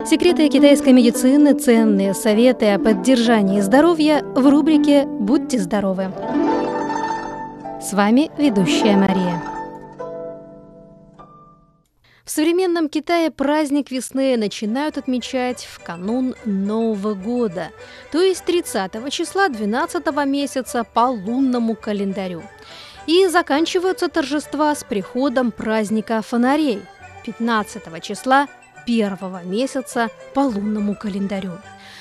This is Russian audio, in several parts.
Секреты китайской медицины, ценные советы о поддержании здоровья в рубрике «Будьте здоровы». С вами ведущая Мария. В современном Китае праздник весны начинают отмечать в канун Нового года, то есть 30 числа 12 месяца по лунному календарю. И заканчиваются торжества с приходом праздника фонарей 15 числа первого месяца по лунному календарю.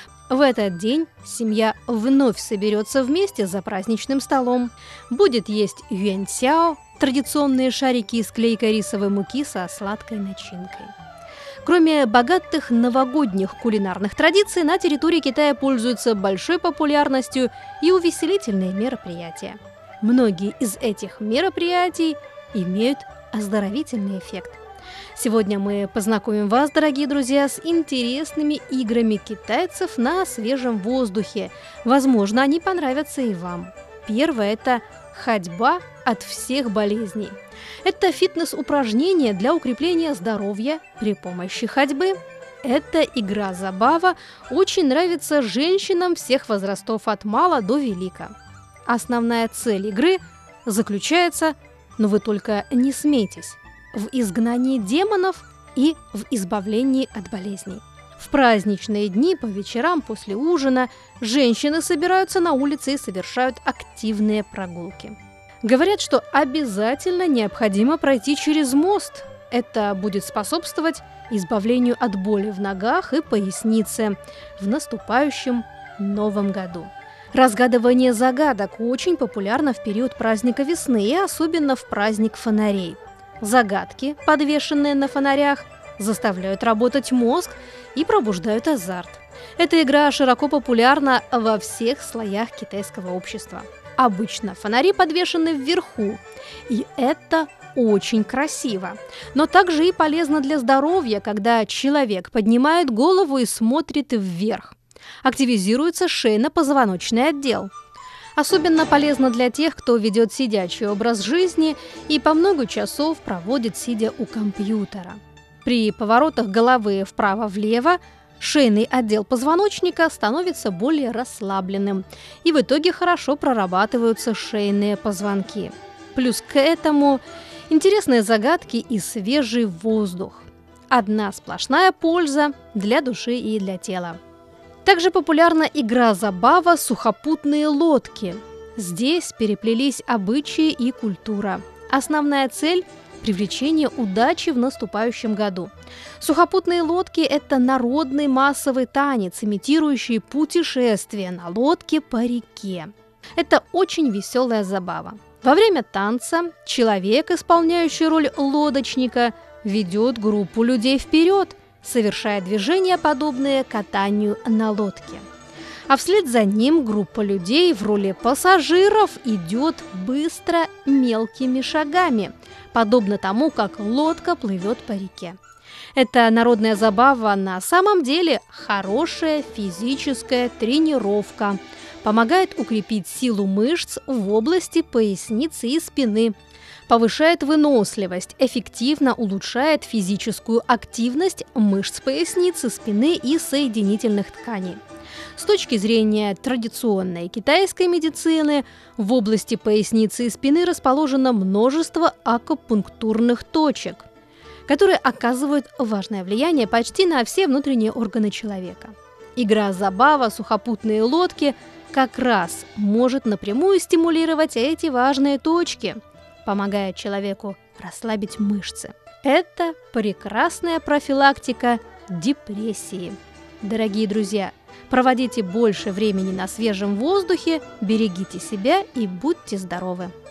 В этот день семья вновь соберется вместе за праздничным столом, будет есть юэньцяо, традиционные шарики из клейкой рисовой муки со сладкой начинкой. Кроме богатых новогодних кулинарных традиций, на территории Китая пользуются большой популярностью и увеселительные мероприятия. Многие из этих мероприятий имеют оздоровительный эффект. Сегодня мы познакомим вас, дорогие друзья, с интересными играми китайцев на свежем воздухе. Возможно, они понравятся и вам. Первое – это ходьба от всех болезней. Это фитнес-упражнение для укрепления здоровья при помощи ходьбы. Эта игра-забава очень нравится женщинам всех возрастов от мала до велика. Основная цель игры заключается, но вы только не смейтесь, в изгнании демонов и в избавлении от болезней. В праздничные дни по вечерам после ужина женщины собираются на улице и совершают активные прогулки. Говорят, что обязательно необходимо пройти через мост. Это будет способствовать избавлению от боли в ногах и пояснице в наступающем Новом году. Разгадывание загадок очень популярно в период праздника весны и особенно в праздник фонарей. Загадки, подвешенные на фонарях, заставляют работать мозг и пробуждают азарт. Эта игра широко популярна во всех слоях китайского общества. Обычно фонари подвешены вверху, и это очень красиво. Но также и полезно для здоровья, когда человек поднимает голову и смотрит вверх. Активизируется шейно-позвоночный отдел. Особенно полезно для тех, кто ведет сидячий образ жизни и по много часов проводит сидя у компьютера. При поворотах головы вправо-влево шейный отдел позвоночника становится более расслабленным, и в итоге хорошо прорабатываются шейные позвонки. Плюс к этому интересные загадки и свежий воздух. Одна сплошная польза для души и для тела. Также популярна игра-забава «Сухопутные лодки». Здесь переплелись обычаи и культура. Основная цель – привлечение удачи в наступающем году. Сухопутные лодки – это народный массовый танец, имитирующий путешествие на лодке по реке. Это очень веселая забава. Во время танца человек, исполняющий роль лодочника, ведет группу людей вперед, совершая движения, подобные катанию на лодке. А вслед за ним группа людей в роли пассажиров идет быстро мелкими шагами, подобно тому, как лодка плывет по реке. Эта народная забава на самом деле хорошая физическая тренировка, помогает укрепить силу мышц в области поясницы и спины, повышает выносливость, эффективно улучшает физическую активность мышц поясницы, спины и соединительных тканей. С точки зрения традиционной китайской медицины, в области поясницы и спины расположено множество акупунктурных точек, которые оказывают важное влияние почти на все внутренние органы человека. Игра-забава «Сухопутные лодки» как раз может напрямую стимулировать эти важные точки, помогая человеку расслабить мышцы. Это прекрасная профилактика депрессии. Дорогие друзья, проводите больше времени на свежем воздухе, берегите себя и будьте здоровы!